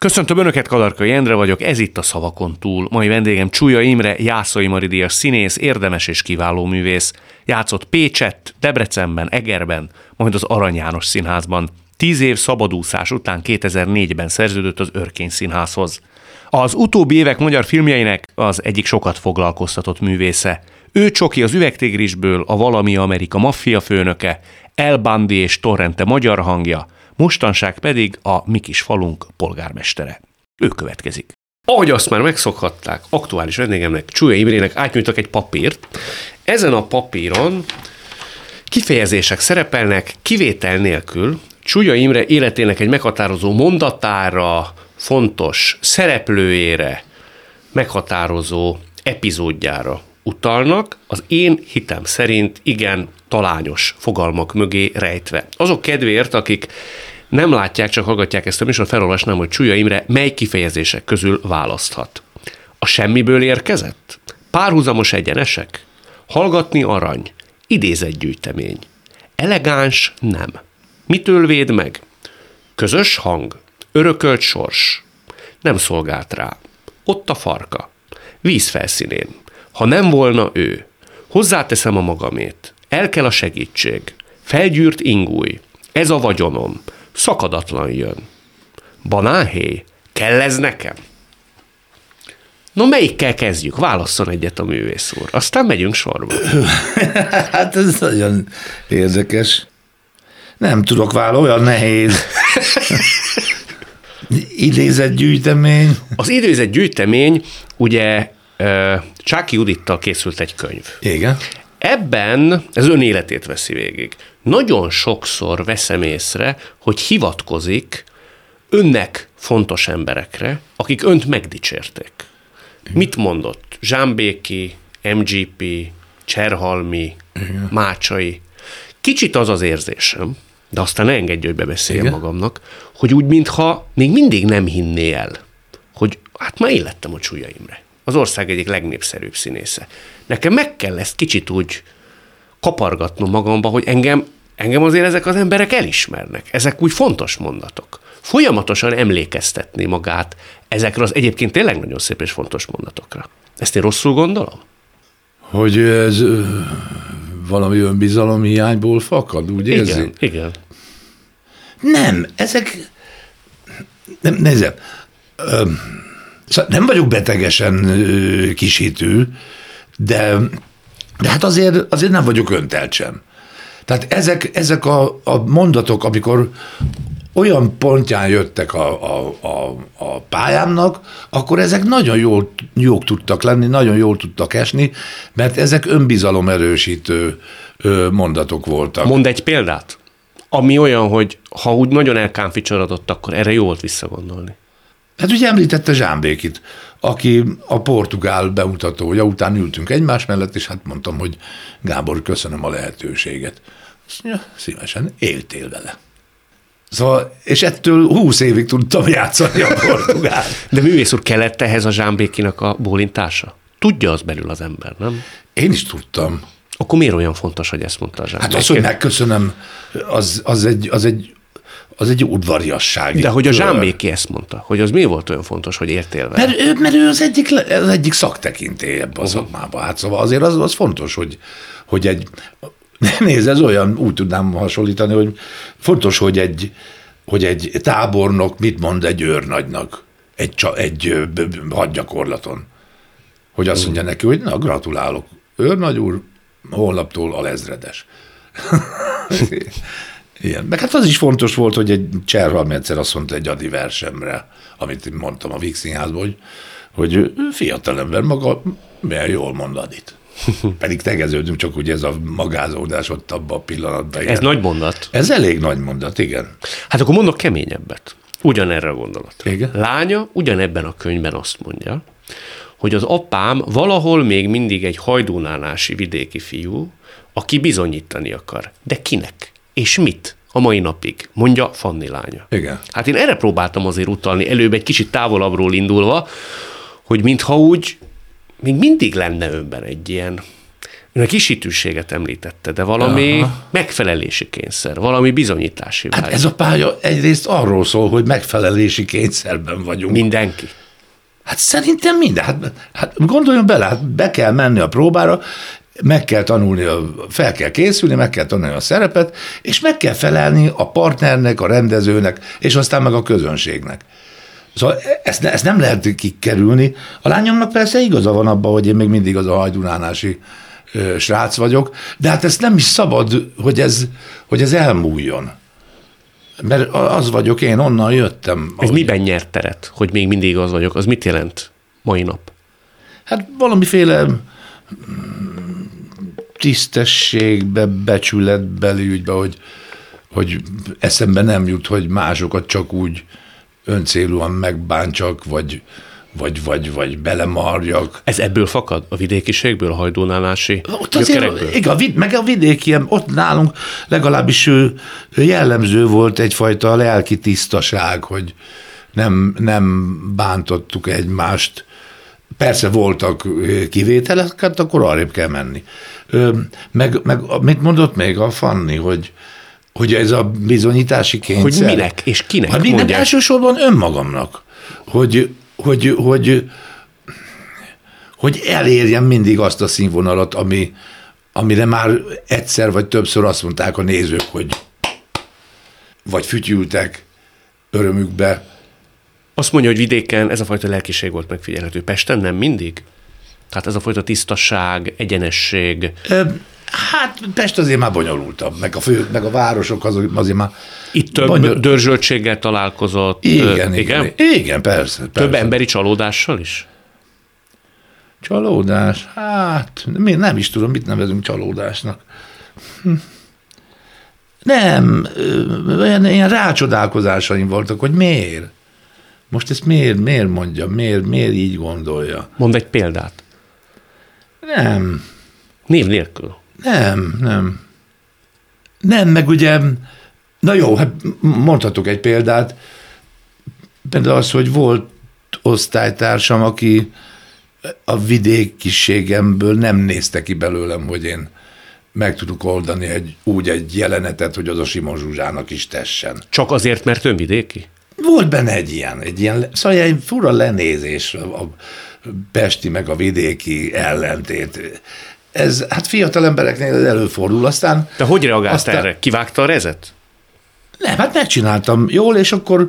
Köszöntöm Önöket, Kadarkai Endre vagyok, ez itt a Szavakon túl. Mai vendégem Csúlya Imre, Jászai Mari díjas színész, érdemes és kiváló művész. Játszott Pécsett, Debrecenben, Egerben, majd az Arany János Színházban. 10 év szabadúszás után 2004-ben szerződött az Örkény Színházhoz. Az utóbbi évek magyar filmjeinek az egyik sokat foglalkoztatott művésze. Ő Csoki az Üvegtigrisből, a Valami Amerika maffia főnöke, El Bundy és Torrente magyar hangja, mostanság pedig a mi kis falunk polgármestere. Ő következik. Ahogy azt már megszokhatták, aktuális vendégemnek, Csúlya Imrének átnyújtak egy papírt. Ezen a papíron kifejezések szerepelnek kivétel nélkül. Csúlya Imre életének egy meghatározó mondatára, fontos szereplőjére, meghatározó epizódjára utalnak, az én hitem szerint igen talányos fogalmak mögé rejtve. Azok kedvéért, akik nem látják, csak hallgatják ezt a műsort, felolvasnám, hogy Csúlya Imre mely kifejezések közül választhat. A semmiből érkezett? Párhuzamos egyenesek? Hallgatni arany? Idézetgyűjtemény? Elegáns nem? Mitől véd meg? Közös hang? Örökölt sors? Nem szolgált rá. Ott a farka. Víz felszínén. Ha nem volna ő, hozzáteszem a magamét. El kell a segítség. Felgyűrt ingúj. Ez a vagyonom. Szakadatlan jön. Banánhéj? Kell ez nekem? No, melyikkel kezdjük? Válasszon egyet a művész úr. Aztán megyünk sorba. Hát ez nagyon érdekes. Nem tudok vállalni, olyan nehéz. Idézetgyűjtemény. Az idézetgyűjtemény, ugye Csáky Judittal készült egy könyv. Igen. Ebben, ez ön életét veszi végig, nagyon sokszor veszem észre, hogy hivatkozik önnek fontos emberekre, akik önt megdicsérték. Mit mondott? Zsámbéki, MGP, Cserhalmi, igen, Mácsai. Kicsit az az érzésem, de aztán ne engedj, hogy bebeszéljem magamnak, hogy úgy, mintha még mindig nem hinné el, hogy hát már én lettem a Csúlya Imre, az ország egyik legnépszerűbb színésze. Nekem meg kell ezt kicsit úgy kapargatnom magamba, hogy engem azért ezek az emberek elismernek. Ezek úgy fontos mondatok. Folyamatosan emlékeztetni magát ezekre az egyébként tényleg nagyon szép és fontos mondatokra. Ezt én rosszul gondolom? Hogy ez valami önbizalom hiányból fakad, úgy érzi? Igen, igen. Nem, ezek... Nem, nézem, nem vagyok betegesen kisítő, de hát azért nem vagyok öntelt sem. Tehát ezek a mondatok, amikor olyan pontján jöttek a pályámnak, akkor ezek nagyon jók tudtak lenni, nagyon jól tudtak esni, mert ezek önbizalomerősítő mondatok voltak. Mondd egy példát, ami olyan, hogy ha úgy nagyon elkámficsorodott, akkor erre jó volt visszagondolni. Hát ugye említette Zsámbékit, aki a portugál bemutatója után ültünk egymás mellett, és hát mondtam, hogy Gábor, köszönöm a lehetőséget. Ja, szívesen éltél vele. Szóval, és ettől 20 évig tudtam játszani a portugál. De művész úr, kellett ehhez a Zsámbékinak a bólintása? Tudja az belül az ember, nem? Én is tudtam. Akkor miért olyan fontos, hogy ezt mondta a Zsámbéki? Hát az, hogy megköszönöm, az egy udvariasság. De hogy a Zsámbéki ezt mondta, hogy az mi volt olyan fontos, hogy értél vele? Mert ő az egyik szaktekintély ebben a szakmában. Hát szóval azért az fontos, hogy egy... Nézd, ez olyan, úgy tudnám hasonlítani, hogy fontos, hogy egy tábornok mit mond egy őrnagynak egy hadgyakorlaton. Hogy azt mondja neki, hogy na, gratulálok, őrnagy úr, holnaptól alezredes. Ilyen. Meg hát az is fontos volt, hogy egy Cserhalmi egyszer azt mondta egy Adi versemre, amit mondtam a Víg Színházban, hogy fiatalember maga, milyen jól mond Adit. Pedig tegeződünk, csak ugye ez a magázódás ott abban a pillanatban. Ez nagy mondat. Ez elég nagy mondat, igen. Hát akkor mondok keményebbet. Ugyanerre a gondolatra. Igen? Lánya ugyanebben a könyvben azt mondja, hogy az apám valahol még mindig egy hajdúnánási vidéki fiú, aki bizonyítani akar. De kinek? És mit? A mai napig, mondja Fanni lánya. Igen. Hát én erre próbáltam azért utalni, előbb egy kicsit távolabbról indulva, hogy mintha úgy még mindig lenne önben egy ilyen Ön a kisítőséget említette, de valami megfelelési kényszer, valami bizonyítási vágy. Hát ez a pálya egyrészt arról szól, hogy megfelelési kényszerben vagyunk. Mindenki. Hát szerintem minden. Hát gondoljon bele, hát be kell menni a próbára, meg kell tanulni, fel kell készülni, meg kell tanulni a szerepet, és meg kell felelni a partnernek, a rendezőnek, és aztán meg a közönségnek. Szóval ezt nem lehet kikerülni. A lányomnak persze igaza van abban, hogy én még mindig az a hajdunánási srác vagyok, de hát ezt nem is szabad, hogy ez elmúljon. Mert az vagyok én, onnan jöttem. Ez miben nyert teret, hogy még mindig az vagyok? Az mit jelent mai nap? Hát valamiféle tisztességbe, becsületbeli ügybe, hogy eszembe nem jut, hogy másokat csak úgy öncélúan megbántsak, vagy belemarjak. Ez ebből fakad? A vidékiségből, a hajdunánási gyökerekből? Igen, meg a vidéki, ott nálunk legalábbis jellemző volt egyfajta lelki tisztaság, hogy nem bántottuk egymást. Persze voltak kivételek, hát akkor arrébb kell menni. Meg mit mondott még a Fanni, hogy ez a bizonyítási kényszer. Hogy minek és kinek hát mondják? Elsősorban önmagamnak, hogy elérjem mindig azt a színvonalat, amire már egyszer vagy többször azt mondták a nézők, hogy vagy fütyültek örömükbe. Azt mondja, hogy vidéken ez a fajta lelkiség volt megfigyelhető. Pesten nem mindig? Tehát ez a fajta tisztaság, egyenesség. Hát Pest azért már bonyolultabb, meg a városok azért már... Itt több dörzsöltséggel találkozott. Igen, persze. Több emberi csalódással is? Csalódás? Hát nem is tudom, mit nevezünk csalódásnak. Nem, ilyen rácsodálkozásaim voltak, hogy miért? Most ezt miért mondja, miért így gondolja? Mondd egy példát. Nem. Név nélkül. Nem, meg ugye, na jó, hát mondhatok egy példát. Például az, hogy volt osztálytársam, aki a vidékiségemből nem nézte ki belőlem, hogy én meg tudok oldani egy jelenetet, hogy az a Simon Zsuzsának is tessen. Csak azért, mert önvidéki? Volt benne egy ilyen szóval egy fura lenézés, a pesti meg a vidéki ellentét. Ez hát fiatal embereknél előfordul, aztán... De hogy reagált erre? Kivágta a rezet? Nem, hát megcsináltam jól, és akkor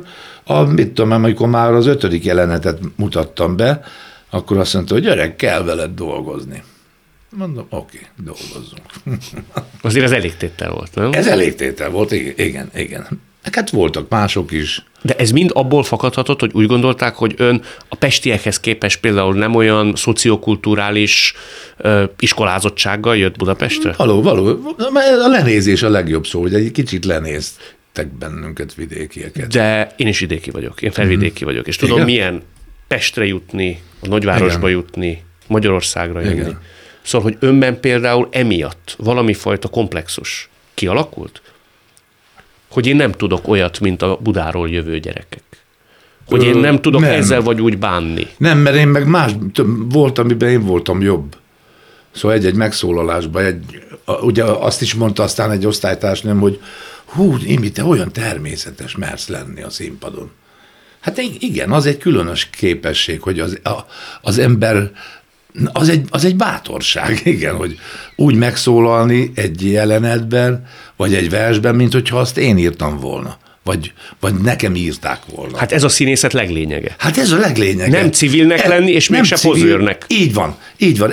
amikor már az 5. jelenetet mutattam be, akkor azt mondta, hogy gyerek, kell veled dolgozni. Mondom, oké, dolgozzunk. Azért ez elégtétel volt, nem? Ez elégtétel volt, igen. Hát voltak mások is. De ez mind abból fakadhatott, hogy úgy gondolták, hogy ön a pestiekhez képest például nem olyan szociokulturális iskolázottsággal jött Budapestre? Való. A lenézés a legjobb szó, hogy egy kicsit lenéztek bennünket vidékieket. De én is vidéki vagyok, én felvidéki vagyok, és tudom, milyen Pestre jutni, a nagyvárosba jutni, Magyarországra jönni. Igen. Szóval, hogy önben például emiatt valami fajta komplexus kialakult? Hogy én nem tudok olyat, mint a Budáról jövő gyerekek. Hogy én nem tudok ezzel vagy úgy bánni. Nem, mert én meg más voltam, amiben én voltam jobb. Szóval egy megszólalásban, ugye azt is mondta aztán egy osztálytársnőm, hogy Imi, te olyan természetes mersz lenni a színpadon. Hát igen, az egy különös képesség, hogy az ember, az egy bátorság, igen, hogy úgy megszólalni egy jelenetben, vagy egy versben, mint hogyha azt én írtam volna. Vagy nekem írták volna. Hát ez a színészet leglényege. Hát ez a leglényege. Nem civilnek lenni, és mégse pozőrnek. Így van.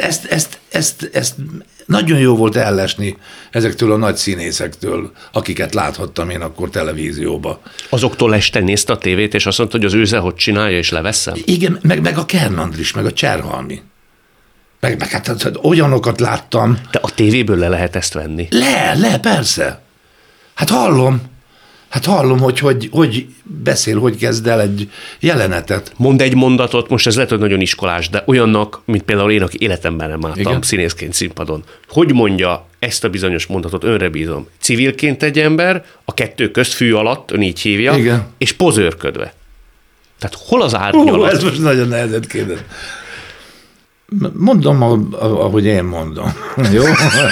Ezt nagyon jó volt ellesni ezektől a nagy színészektől, akiket láthattam én akkor televízióba. Azoktól este nézte a tévét, és azt mondta, hogy az őze hogy csinálja, és leveszem? Igen, meg a Kern Andris, meg a Cserhalmi. Meg hát olyanokat láttam. De a tévéből le lehet ezt venni? Le, persze. Hát hallom, hogy beszél, hogy kezd el egy jelenetet. Mondd egy mondatot, most ez lehet, hogy nagyon iskolás, de olyannak, mint például én, aki életemben nem álltam színészként színpadon. Hogy mondja ezt a bizonyos mondatot, önre bízom. Civilként egy ember, a kettő közt fű alatt, ön így hívja, igen. És pozőrködve. Tehát hol az árnyalat? Ez most nagyon nehezet kérdez. Mondom, ahogy én mondom. Jó?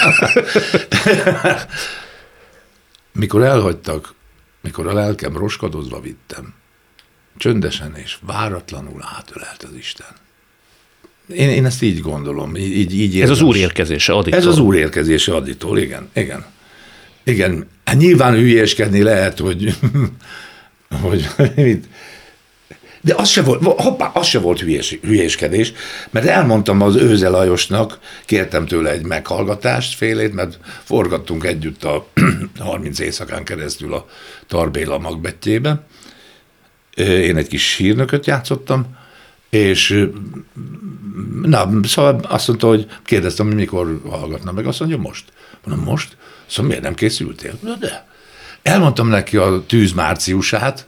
Mikor elhagytak, mikor a lelkem roskadozva vittem, csöndesen és váratlanul átölelt az Isten. Én ezt így gondolom, így Ez az Úr érkezése Aditól. Ez az Úr érkezése Aditól, igen. Hát nyilván hülyéskedni lehet, hogy de az se volt hülyéskedés, mert elmondtam az Őze Lajosnak, kértem tőle egy meghallgatást félét, mert forgattunk együtt a 30 éjszakán keresztül a Tarbéla Makbettjébe. Én egy kis hírnököt játszottam, és szóval azt mondta, hogy kérdeztem, hogy mikor hallgatna meg, azt mondja, most. Mondom, most? Szóval miért nem készültél? De. Elmondtam neki a Tűz márciusát,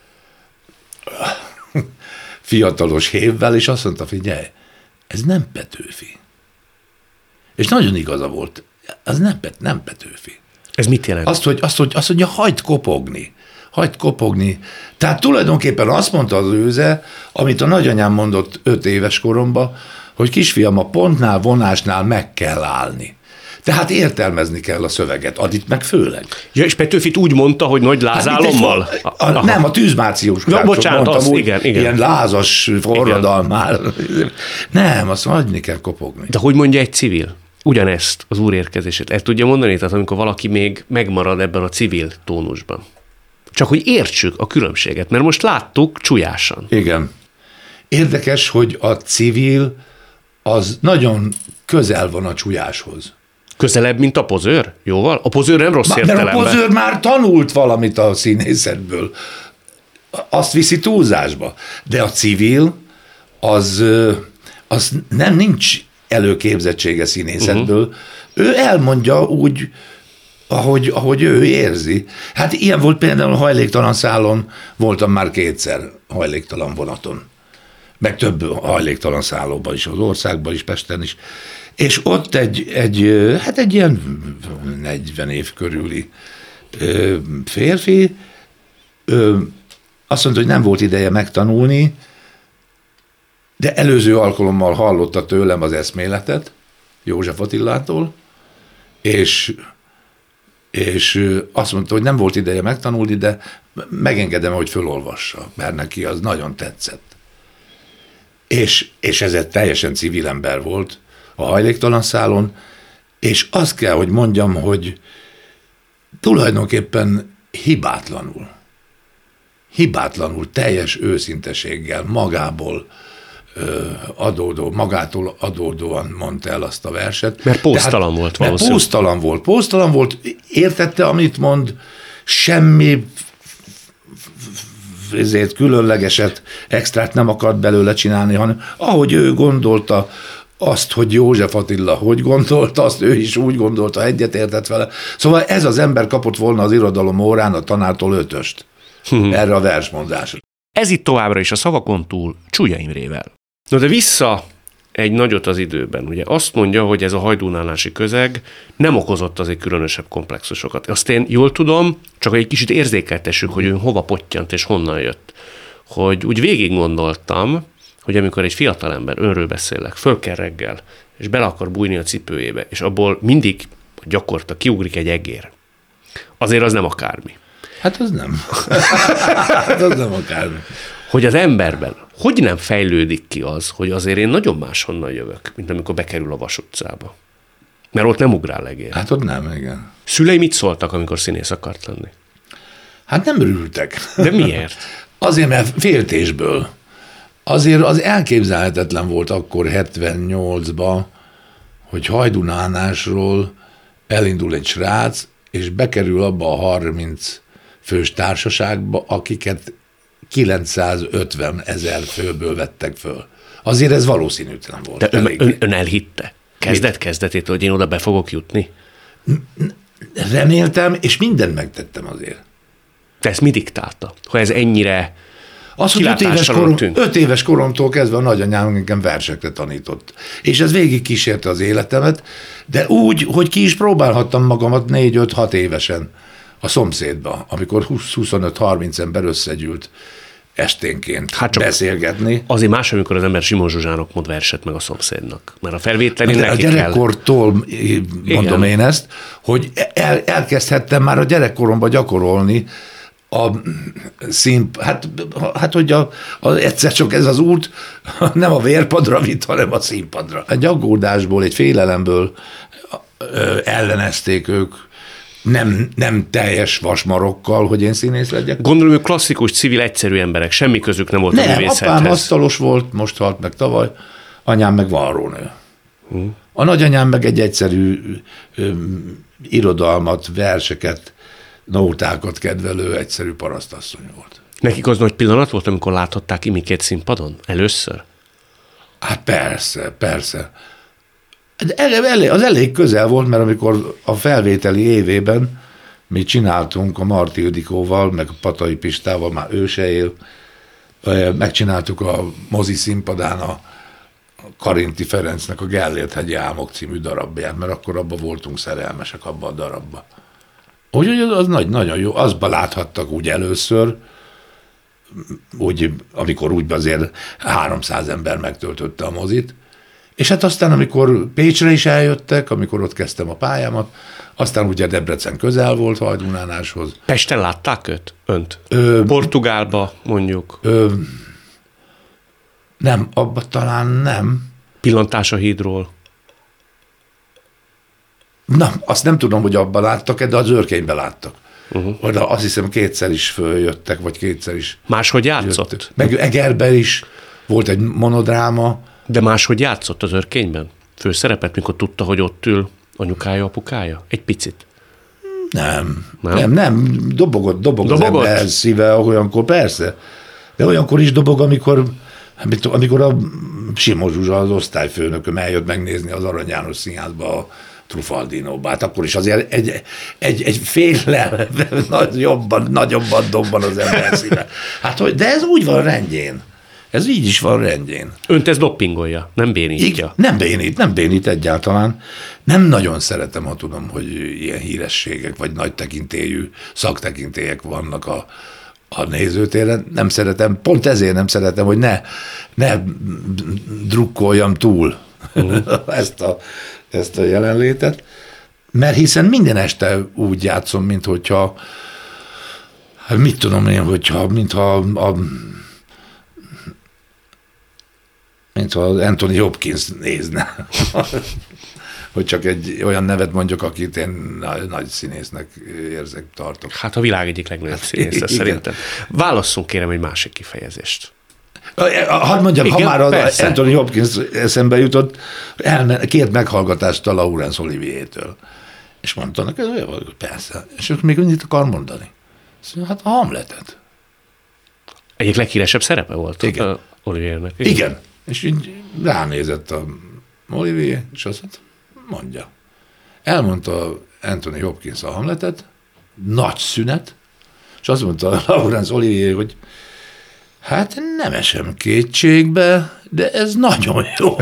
fiatalos hévvel, és azt mondta, figyelj, ez nem Petőfi. És nagyon igaza volt, az nem Petőfi. Ez mit jelent? Azt mondja, hagyd kopogni. Tehát tulajdonképpen azt mondta az Őze, amit a nagyanyám mondott 5 éves koromban, hogy kisfiam, a pontnál, vonásnál meg kell állni. Tehát értelmezni kell a szöveget, Adit meg főleg. Ja, és Petőfit úgy mondta, hogy nagy lázálommal? Nem, a Tűz március. Bocsánat, mondtam, az, igen. Ilyen lázas forradalmár. Nem, azt hagyni kell kopogni. De hogy mondja egy civil ugyanezt az Úr érkezését? El tudja mondani? Tehát amikor valaki még megmarad ebben a civil tónusban. Csak hogy értsük a különbséget, mert most láttuk csúlyásan. Igen. Érdekes, hogy a civil az nagyon közel van a csúlyáshoz. Közelebb, mint a pozőr? Jóval? A pozőr nem rossz értelemben. Mert a pozőr már tanult valamit a színészetből. Azt viszi túlzásba. De a civil, az nincs előképzettsége színészetből. Ő elmondja úgy, ahogy ő érzi. Hát ilyen volt például a Hajléktalan szálon, voltam már 2-szer hajléktalan vonaton. Meg több hajléktalan szállóban is, az országban is, Pesten is. És ott egy ilyen 40 év körüli férfi azt mondta, hogy nem volt ideje megtanulni, de előző alkalommal hallotta tőlem az eszméletet, József Attilától, és azt mondta, hogy nem volt ideje megtanulni, de megengedem, hogy fölolvassa, mert neki az nagyon tetszett. És ez egy teljesen civil ember volt a hajléktalan szálon, és azt kell, hogy mondjam, hogy tulajdonképpen hibátlanul, teljes őszinteséggel, magától adódóan mondta el azt a verset. Mert póztalan volt valószínűleg. Póztalan volt, értette, amit mond, semmi ezért különlegeset, extrát nem akart belőle csinálni, hanem ahogy ő gondolta, azt, hogy József Attila hogy gondolta, azt ő is úgy gondolta, egyetértett vele. Szóval ez az ember kapott volna az irodalom órán a tanártól 5-öst erre a versmondásra. Ez itt továbbra is a Szavakon túl Csúlya Imrével. No, de vissza egy nagyot az időben. Ugye azt mondja, hogy ez a hajdúnálási közeg nem okozott azért különösebb komplexusokat. Azt én jól tudom, csak egy kicsit érzékeltessük, hogy ő hova pottyant és honnan jött. Hogy úgy végig gondoltam, hogy amikor egy fiatalember, önről beszélek, föl kell reggel, és bele akar bújni a cipőjébe, és abból mindig gyakorta kiugrik egy egér. Azért az nem akármi. Hát az nem. Az nem akármi. Hogy az emberben hogy nem fejlődik ki az, hogy azért én nagyon máshonnan jövök, mint amikor bekerül a Vas utcába. Mert ott nem ugrál egér. Hát ott nem, igen. Szülei mit szóltak, amikor színész akart lenni? Hát nem örültek. De miért? Azért, mert féltésből. Azért az elképzelhetetlen volt akkor 78-ban, hogy hajdunálásról elindul egy srác, és bekerül abba a 30 fős társaságba, akiket 950 000 főből vettek föl. Azért ez valószínűtlen volt. De ön elhitte? Kezdetétől, hogy én oda be fogok jutni? Reméltem, és mindent megtettem azért. De ezt mi diktálta? Hogy ez ennyire az, hogy 5 éves koromtól kezdve a nagyanyám engem versekre tanított. És ez végig kísérte az életemet, de úgy, hogy ki is próbálhattam magamat 4-5-6 évesen a szomszédba, amikor 25-30 ember összegyűlt. esténként Hát csak beszélgetni. Azért más, amikor az ember Simon Zsuzsának mond verset meg a szomszédnak. Mert a felvételén De a neki kell. gyerekkortól mondom én ezt, hogy elkezdhettem már a gyerekkoromban gyakorolni hát hogy egyszer csak ez az út nem a vérpadra vitt, hanem a színpadra. Egy aggódásból, egy félelemből ellenezték ők, nem teljes vasmarokkal, hogy én színész legyek. Gondolom, hogy klasszikus, civil, egyszerű emberek, semmi közük nem volt a művészethez. Apám asztalos volt, most halt meg tavaly, anyám meg varrónő. A nagyanyám meg egy egyszerű irodalmat, verseket, nótákat kedvelő, egyszerű parasztasszony volt. Nekik az nagy pillanat volt, amikor láthatták Imikét színpadon? Először? Hát persze. Az elég közel volt, mert amikor a felvételi évében mi csináltunk a Marti Ildikóval, meg a Patai Pistával, már ő se él, megcsináltuk a mozi színpadán a Karinti Ferencnek a Gellért-hegyi Álmok című darabját, mert akkor abban voltunk szerelmesek, abban a darabban. Úgyhogy az nagyon jó, azban láthattak úgy először, amikor úgy azért 300 ember megtöltötte a mozit, és hát aztán, amikor Pécsre is eljöttek, amikor ott kezdtem a pályámat, aztán ugye Debrecen közel volt Hajdúnánáshoz. Pesten látták önt? Portugálba mondjuk? Nem, abban talán nem. Pillantás a hídról? Na, azt nem tudom, hogy abban láttak-e, de az Őrkényben láttak. De azt hiszem kétszer is följöttek, vagy kétszer is. Máshogy játszott? Jöttek. Meg Egerben is volt egy monodráma. De máshogy játszott az Őrkényben? Főszerepet, mikor tudta, hogy ott ül anyukája, apukája? Egy picit. Nem. Dobogott az ember szíve olyankor, persze. De olyankor is dobog, amikor a Simon Zsuzsa, az osztályfőnököm eljött megnézni az Arany János Színházba a Trufaldinóba. Hát akkor is azért egy félel nagyobban dobban az ember szíve. Hát, de ez úgy van rendjén. Ez így is van rendjén. Önt ez doppingolja, nem bénítja? Nem bénít egyáltalán. Nem nagyon szeretem, ha tudom, hogy ilyen hírességek, vagy nagy tekintélyű szaktekintélyek vannak a nézőtéren. Nem szeretem, pont ezért nem szeretem, hogy ne drukkoljam túl ezt a jelenlétet, mert hiszen minden este úgy játszom, mintha Anthony Hopkins nézne. Hogy csak egy olyan nevet mondjak, akit én nagy színésznek tartok. Hát a világ egyik legnagyobb színésze szerintem. Válasszunk kérem egy másik kifejezést. Hadd mondjam, igen, ha már az Anthony Hopkins eszembe jutott, kért meghallgatást a Laurence Olivier-től. És mondta neki, persze. És ők még annyit akar mondani. Hát a Hamletet. Egyik leghíresebb szerepe volt? Igen. Oliviernek. Igen. És így ránézett a Olivier, és azt mondja. Elmondta Anthony Hopkins a Hamletet, nagy szünet, és azt mondta Laurence Olivier, hogy hát nem esem kétségbe, de ez nagyon jó.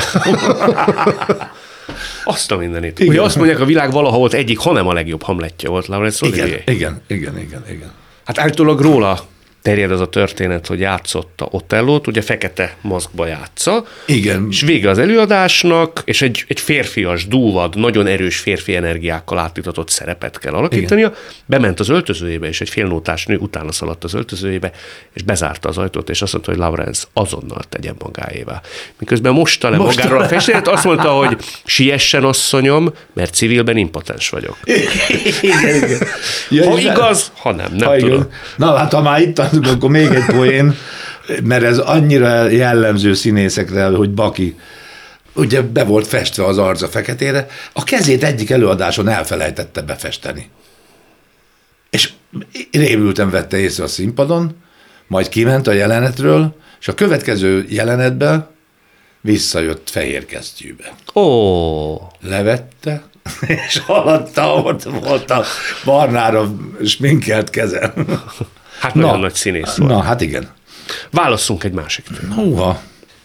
Azt a mindenit. Ugye azt mondják, a világ valaha volt egyik, hanem a legjobb Hamletje volt Laurence Olivier. Igen. Hát állítólag róla terjed az a történet, hogy játszotta Otellót, ugye fekete maszkba játsza, igen. És vége az előadásnak, és egy férfias, dúvad, nagyon erős férfi energiákkal átítatott szerepet kell alakítania, igen. Bement az öltözőjébe, és egy félnótás nő utána szaladt az öltözőjébe, és bezárta az ajtót, és azt mondta, hogy Laurence azonnal tegyen magáévá. Miközben mosta le magáról a festélet, azt mondta, hogy siessen asszonyom, mert civilben impotens vagyok. Igen. Ha igaz, ha nem tudom. Na, hát ha már itt akkor még egy poén, mert ez annyira jellemző színészekre, hogy Baki ugye be volt festve az arca feketére, a kezét egyik előadáson elfelejtette befesteni. És rémülten vette észre a színpadon, majd kiment a jelenetről, és a következő jelenetben visszajött fehér kesztyűbe. Levette, és alatta ott volt a barnára sminkelt kezem. Hát nagyon nagy színész volt. Na, hát igen. Válasszunk egy másik. Húha.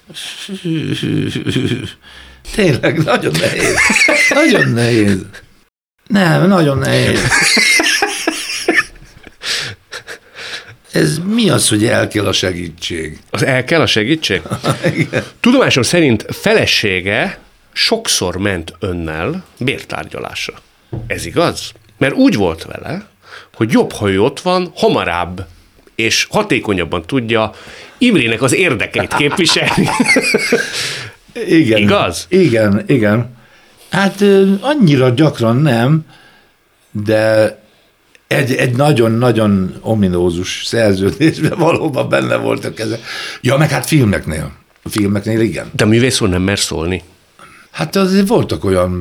Tényleg, nagyon nehéz. Nagyon nehéz. Nem, nagyon nehéz. Ez mi az, hogy el kell a segítség? Az el kell a segítség? Igen. Tudomásom szerint felesége sokszor ment önnel bértárgyalásra. Ez igaz? Mert úgy volt vele, hogy jobb, ha ő ott van, hamarabb és hatékonyabban tudja Imrének az érdekeit képviselni. Igen. Igaz? Igen. Hát annyira gyakran nem, de egy nagyon-nagyon ominózus szerződésben valóban benne volt a keze. Ja, meg hát filmeknél. A filmeknél igen. De a művész úr nem mer szólni. Hát azért voltak olyan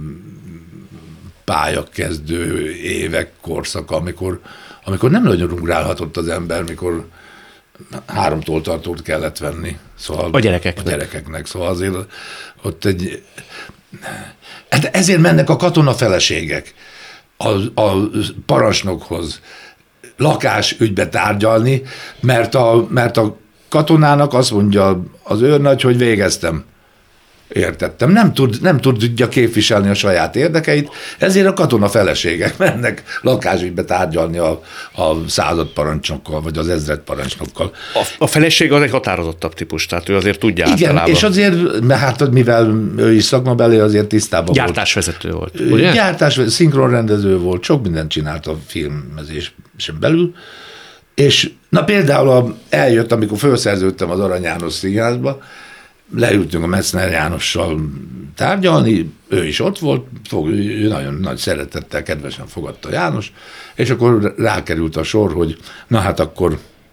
pályakezdő évek, korszaka, amikor nem nagyon ugrálhatott az ember, mikor 3 tolltartót kellett venni. Szóval A gyerekeknek. A gyerekeknek. Szóval azért ott egy... Hát ezért mennek a katonafeleségek a parancsnokhoz lakásügybe tárgyalni, mert a katonának azt mondja az őrnagy, hogy végeztem. Értettem. Nem tudja képviselni a saját érdekeit, ezért a katona feleségek mennek lakásügybe tárgyalni a századparancsnokkal, vagy az ezredparancsnokkal. A feleség az egy határozottabb típus, tehát ő azért tudja Igen, általában. és azért, mert hát mivel ő is szakmabeli, azért tisztában Gyártásvezető volt, volt. ugye? Szinkronrendező volt, sok mindent csinált a filmezésen belül, és na például eljött, amikor felszerződtem az Arany János Színházba, leültünk a Metzner Jánossal tárgyalni, ő is ott volt, ő nagyon nagy szeretettel, kedvesen fogadta János, és akkor rákerült a sor, hogy na hát akkor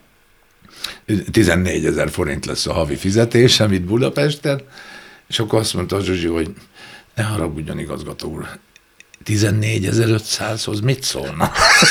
14 000 forint lesz a havi fizetésem itt Budapesten, és akkor azt mondta a Zsuzsi, hogy ne haragudjon, igazgató úr, 14 500-hoz mit szólna?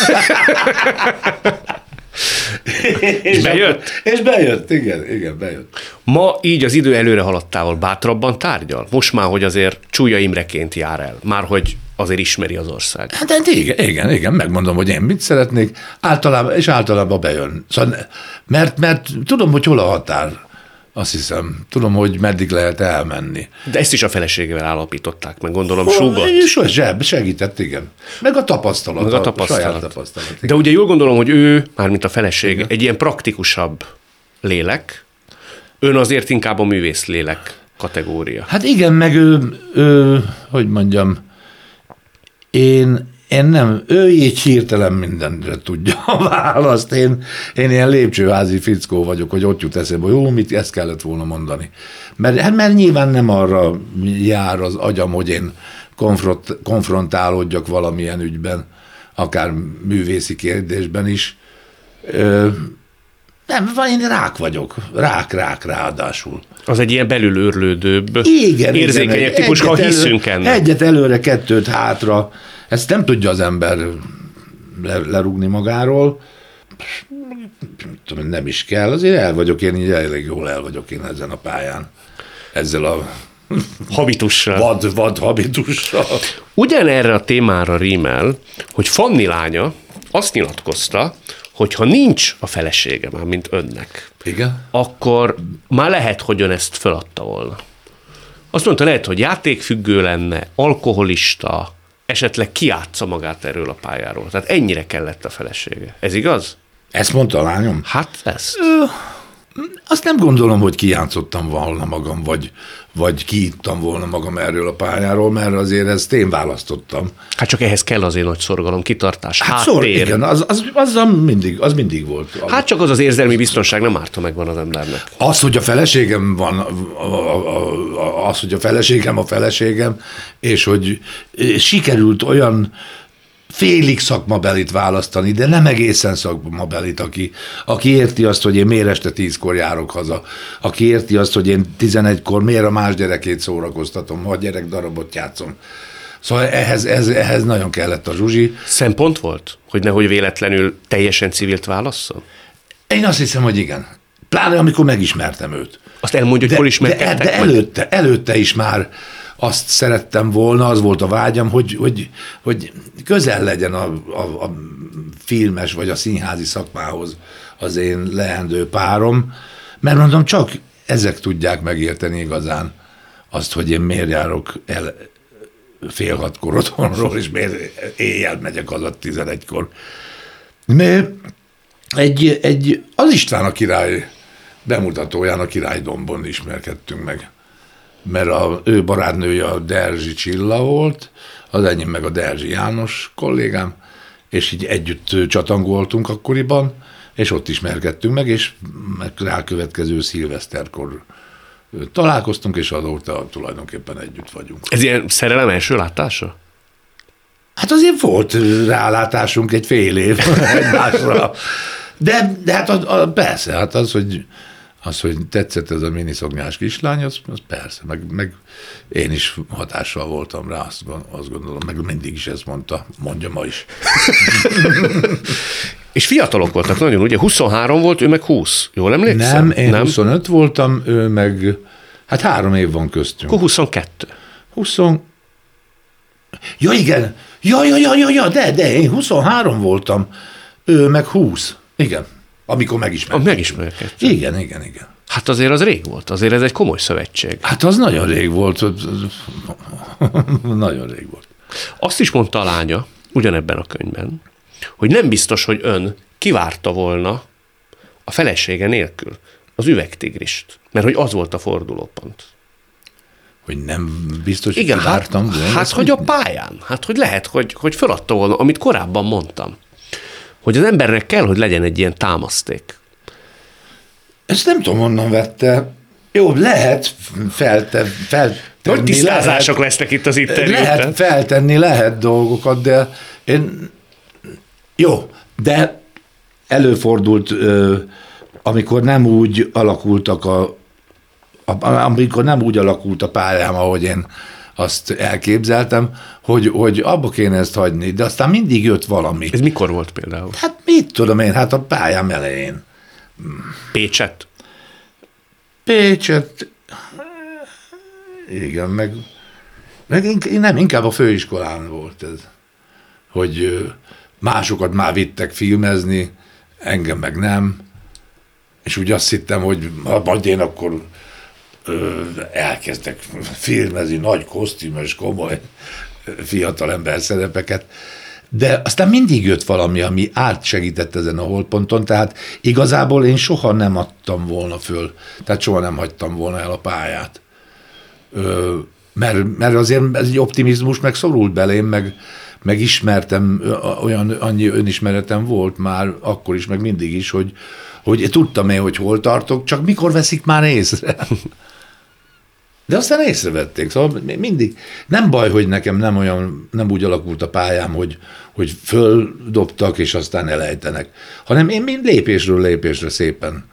És bejött? És bejött, igen, bejött. Ma így az idő előre haladtával bátrabban tárgyal? Most már, hogy azért Csúlya Imreként jár el, már hogy azért ismeri az ország. Hát igen, megmondom, hogy én mit szeretnék, általában bejön. Szóval, mert tudom, hogy hol a határ, azt hiszem. Tudom, hogy meddig lehet elmenni. De ezt is a feleségével állapították, meg gondolom súgott. Segített, igen. Meg a tapasztalat. Saját tapasztalat. Igen. De ugye jól gondolom, hogy ő, mármint a feleség, igen, egy ilyen praktikusabb lélek, ön azért inkább a művész lélek kategória. Hát igen, meg ő hogy mondjam, én nem, ő így hirtelen mindenre tudja a választ. Én ilyen lépcsőházi fickó vagyok, hogy ott jut eszembe, hogy mit ezt kellett volna mondani. Mert nyilván nem arra jár az agyam, hogy én konfrontálódjak valamilyen ügyben, akár művészi kérdésben is. Nem, én rák vagyok. Rák ráadásul. Az egy ilyen belül őrlődőbb, érzékenyebb igen, típus, ha hiszünk ennek. Egyet előre, 2 hátra. Ezt nem tudja az ember lerúgni magáról. Nem is kell. Azért elég jól el vagyok én ezen a pályán. Ezzel a habitussal. Vad habitussal. Ugyanerre a témára rímel, hogy Fanni lánya azt nyilatkozta, hogy ha nincs a felesége már, mint önnek, igen, akkor már lehet, hogy ön ezt föladta volna. Azt mondta, lehet, hogy játékfüggő lenne, alkoholista, esetleg kiátsza magát erről a pályáról. Tehát ennyire kellett a felesége. Ez igaz? Ezt mondta a lányom? Hát ezt. Azt nem gondolom, hogy kijátszottam volna magam, vagy kiittam volna magam erről a pályáról, mert azért ezt én választottam. Hát csak ehhez kell azért nagy szorgalom, kitartás, hát háttér. Igen, az mindig volt. Hát csak az érzelmi biztonság nem árt, ha megvan az embernek. Az, hogy a feleségem van, a feleségem, és hogy sikerült olyan félig szakmabelit választani, de nem egészen szakmabelit, aki érti azt, hogy én miért este 10-kor járok haza, aki érti azt, hogy én 11-kor miért a más gyerekét szórakoztatom, ha a gyerek darabot játszom. Szóval ehhez nagyon kellett a Zsuzsi. Szempont volt, hogy nehogy véletlenül teljesen civilt válasszon? Én azt hiszem, hogy igen. Pláne amikor megismertem őt. Azt elmondja, hogy hol ismerkedtek de előtte is már azt szerettem volna, az volt a vágyam, hogy közel legyen a filmes vagy a színházi szakmához az én leendő párom, mert mondom, csak ezek tudják megérteni igazán azt, hogy én miért járok el 5:30 otthonról, és miért éjjel megyek haza 11-kor. az István a király bemutatóján a Királydombon ismerkedtünk meg. Mert ő barátnője a Derzsi Csilla volt, az enyém meg a Derzsi János kollégám, és így együtt csatangoltunk akkoriban, és ott ismerkedtünk meg, és rákövetkező szilveszterkor találkoztunk, és azóta tulajdonképpen együtt vagyunk. Ez ilyen szerelem első látása? Hát azért volt rálátásunk egy fél év egymásra. De hát persze, hát az, hogy tetszett ez a miniszoknyás kislány, az persze, meg én is hatással voltam rá, azt gondolom, meg mindig is ezt mondja ma is. És fiatalok voltak nagyon, ugye? 23 volt, ő meg 20. Jól emlékszem? Nem, én 25 voltam, ő meg, hát 3 év van köztünk. Akkor 22. Ja, igen. Ja, de én 23 voltam, ő meg 20. Igen, amikor megismerkedtünk. Igen. Hát azért az rég volt, azért ez egy komoly szövetség. Hát az nagyon rég volt. Nagyon rég volt. Azt is mondta a lánya, ugyanebben a könyvben, hogy nem biztos, hogy ön kivárta volna a felesége nélkül az üvegtigrist, mert hogy az volt a fordulópont. Hogy nem biztos, igen, hogy vártam volna. Hát, hogy a pályán. Hát, hogy lehet, hogy feladta volna, amit korábban mondtam. Hogy az embernek kell, hogy legyen egy ilyen támaszték. Ezt nem tudom, honnan vette. Jó, lehet feltenni. Nagy tisztázások lesznek itt az interjúban. Lehet feltenni, lehet dolgokat, de én... Jó, de előfordult, amikor nem úgy alakultak amikor nem úgy alakult a pályám, ahogy én azt elképzeltem, hogy abba kéne ezt hagyni, de aztán mindig jött valami. Ez mikor volt például? Hát mit tudom én, hát a pályám elején. Pécset? Igen, meg nem, inkább a főiskolán volt ez, hogy másokat már vittek filmezni, engem meg nem, és úgy azt hittem, hogy majd én akkor elkezdtek filmezni nagy kosztümös, komoly fiatalember szerepeket, de aztán mindig jött valami, ami átsegített ezen a holdponton, tehát igazából én soha nem adtam volna föl, tehát soha nem hagytam volna el a pályát. Mert azért ez egy optimizmus meg szorult belém, meg ismertem, annyi önismeretem volt már akkor is, meg mindig is, hogy tudtam én, hogy hol tartok, csak mikor veszik már észre. De aztán észrevették, szóval mindig. Nem baj, hogy nekem nem úgy alakult a pályám, hogy földobtak, és aztán elejtenek, hanem én mind lépésről lépésre szépen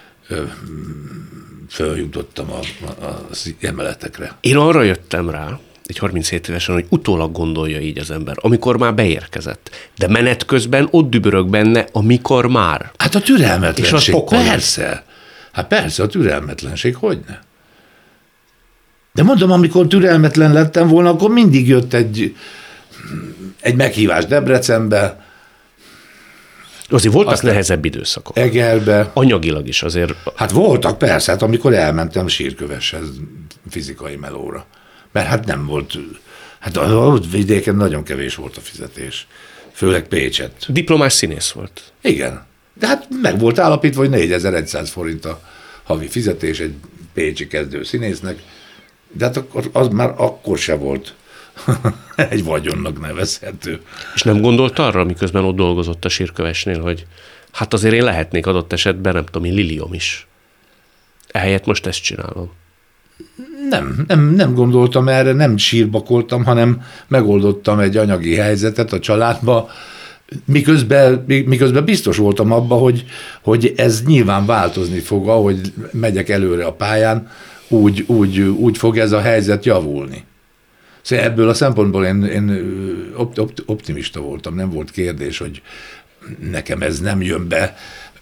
följutottam az emeletekre. Én arra jöttem rá, egy 37 évesen, hogy utólag gondolja így az ember, amikor már beérkezett. De menet közben ott dübörög benne, amikor már. Hát a türelmetlenség, és persze. Hát persze, a türelmetlenség, hogyne? De mondom, amikor türelmetlen lettem volna, akkor mindig jött egy meghívás Debrecenbe. Azért voltak nehezebb időszakok. Egerbe. Anyagilag is azért. Hát voltak, persze, hát amikor elmentem Sírköveshez fizikai melóra. Mert hát nem volt, hát a vidéken nagyon kevés volt a fizetés. Főleg Pécset. Diplomás színész volt. Igen. De hát meg volt állapítva, hogy 4100 forint a havi fizetés egy pécsi kezdő színésznek. De hát az már akkor se volt egy vagyonnak nevezhető. És nem gondolt arra, miközben ott dolgozott a Sírkövesnél, hogy hát azért én lehetnék adott esetben, nem tudom, én Liliom is. Ehelyett most ezt csinálom. Nem gondoltam erre, nem sírbakoltam, hanem megoldottam egy anyagi helyzetet a családba, miközben biztos voltam abban, hogy ez nyilván változni fog, ahogy megyek előre a pályán, úgy fog ez a helyzet javulni. Szóval ebből a szempontból én optimista voltam, nem volt kérdés, hogy nekem ez nem jön be,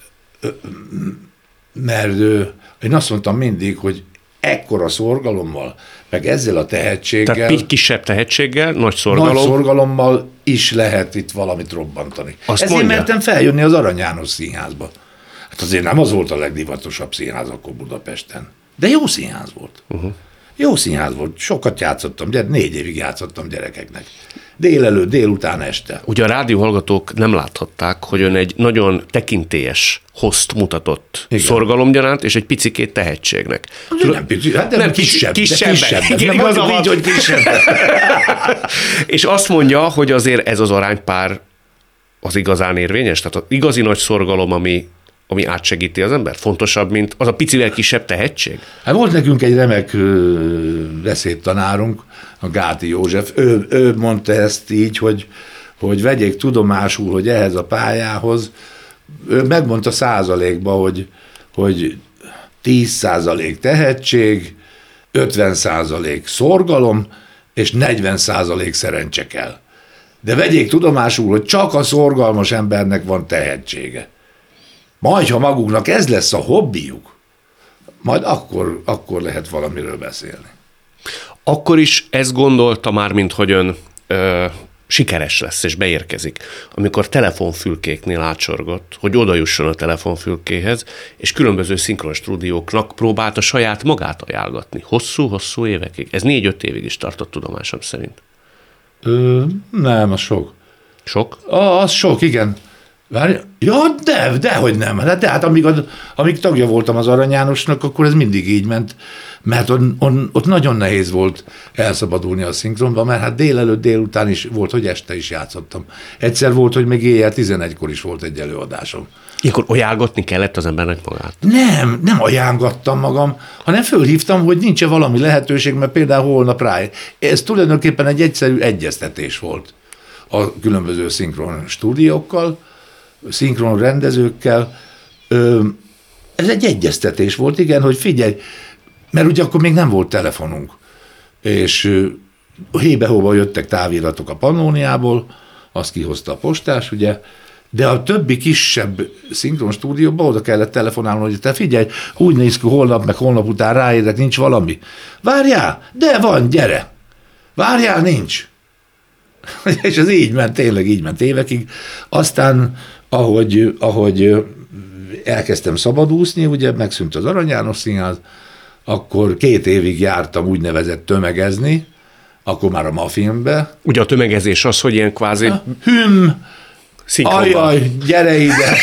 mert én azt mondtam mindig, hogy ekkora szorgalommal, meg ezzel a tehetséggel... Tehát kisebb tehetséggel, nagy szorgalom. Nagy szorgalommal is lehet itt valamit robbantani. Ezért mondja. mertem feljönni az Arany János Színházba. Hát azért nem az volt a legdivatosabb színház akkor Budapesten. De jó színház volt. Jó színház volt. Sokat játszottam, 4 évig játszottam gyerekeknek. Délelőtt, délután, este. Ugye a rádióhallgatók nem láthatták, hogy ön egy nagyon tekintélyes host mutatott szorgalomgyanánt, és egy picikét tehetségnek. Nem pici, hát nem kisebb. Igen, nem mondjuk így, hogy kisebb. És azt mondja, hogy azért ez az aránypár az igazán érvényes? Tehát az igazi nagy szorgalom, ami átsegíti az ember? Fontosabb, mint az a picivel kisebb tehetség? Hát volt nekünk egy remek beszédtanárunk, a Gáti József. Ő mondta ezt így, hogy vegyék tudomásul, hogy ehhez a pályához, ő megmondta százalékba, hogy 10% tehetség, 50% szorgalom, és 40% szerencse kell. De vegyék tudomásul, hogy csak a szorgalmas embernek van tehetsége. Majd, ha maguknak ez lesz a hobbijuk, majd akkor lehet valamiről beszélni. Akkor is ezt gondolta már, mint hogy ön sikeres lesz és beérkezik, amikor telefonfülkéknél átsorgott, hogy oda jusson a telefonfülkéhez, és különböző szinkron stúdióknak próbálta saját magát ajánlgatni. Hosszú-hosszú évekig. Ez 4-5 évig is tartott tudomásom szerint. Nem, az sok. Sok? Az sok, igen. Várj, ja, dehogy nem. De hát amíg tagja voltam az Arany Jánosnak, akkor ez mindig így ment, mert ott nagyon nehéz volt elszabadulni a szinkronba, mert hát délelőtt, délután is volt, hogy este is játszottam. Egyszer volt, hogy még éjjel 11-kor is volt egy előadásom. Ilyenkor ajánlgatni kellett az embernek magát? Nem ajánlgattam magam, hanem fölhívtam, hogy nincs-e valami lehetőség, mert például holnap ráér. Ez tulajdonképpen egy egyszerű egyeztetés volt a különböző szinkron stúdiókkal, szinkron rendezőkkel. Ez egy egyeztetés volt, igen, hogy figyelj, mert ugye akkor még nem volt telefonunk, és hébe-hóba jöttek táviratok a Pannóniából, azt kihozta a postás, ugye, de a többi kisebb szinkron stúdióban oda kellett telefonálni, hogy te figyelj, úgy néz ki holnap, meg holnap után ráérek, nincs valami. Várjál, de van, gyere. Várjál, nincs. És ez így ment, tényleg így ment évekig. Aztán, ahogy elkezdtem szabadúszni, ugye megszűnt az Arany János Színház, akkor 2 évig jártam úgynevezett tömegezni, akkor már a Mafilmbe. Ugye a tömegezés az, hogy ilyen kvázi... Ajaj, gyere ide!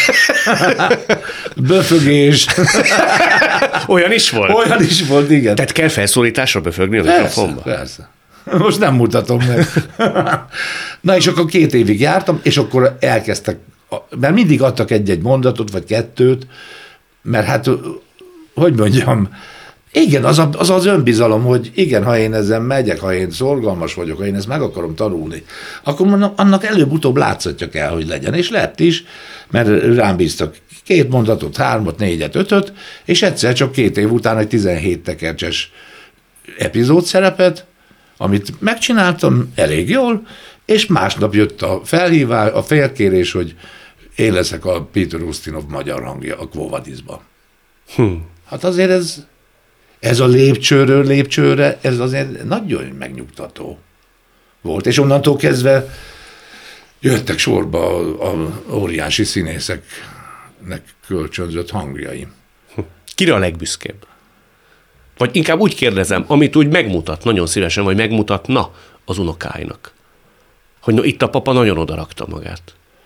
Böfögés. Olyan is volt? Olyan is volt, igen. Tehát kell felszólításra böfögni a mikrofonba? Persze. Most nem mutatom meg. Na és akkor 2 évig jártam, és akkor elkezdtek, mert mindig adtak egy-egy mondatot, vagy 2, mert hát, hogy mondjam, igen, az önbizalom, hogy igen, ha én ezzel megyek, ha én szorgalmas vagyok, ha én ezt meg akarom tanulni, akkor annak előbb-utóbb látszatja kell, hogy legyen. És lett is, mert rám bíztak 2 mondatot, 3, 4, 5, és egyszer csak 2 év után egy 17 tekercses epizód szerepet, amit megcsináltam elég jól, és másnap jött a felhívás, a felkérés, hogy én leszek a Peter Ustinov magyar hangja a Quo Vadisban. Hát azért ez a lépcsőről lépcsőre, ez azért nagyon megnyugtató volt. És onnantól kezdve jöttek sorba a óriási színészeknek kölcsönzött hangjaim. Kire a legbüszkébb? Vagy inkább úgy kérdezem, amit úgy megmutat nagyon szívesen, vagy megmutatna az unokáinak. Hogy no, itt a papa nagyon odarakta magát.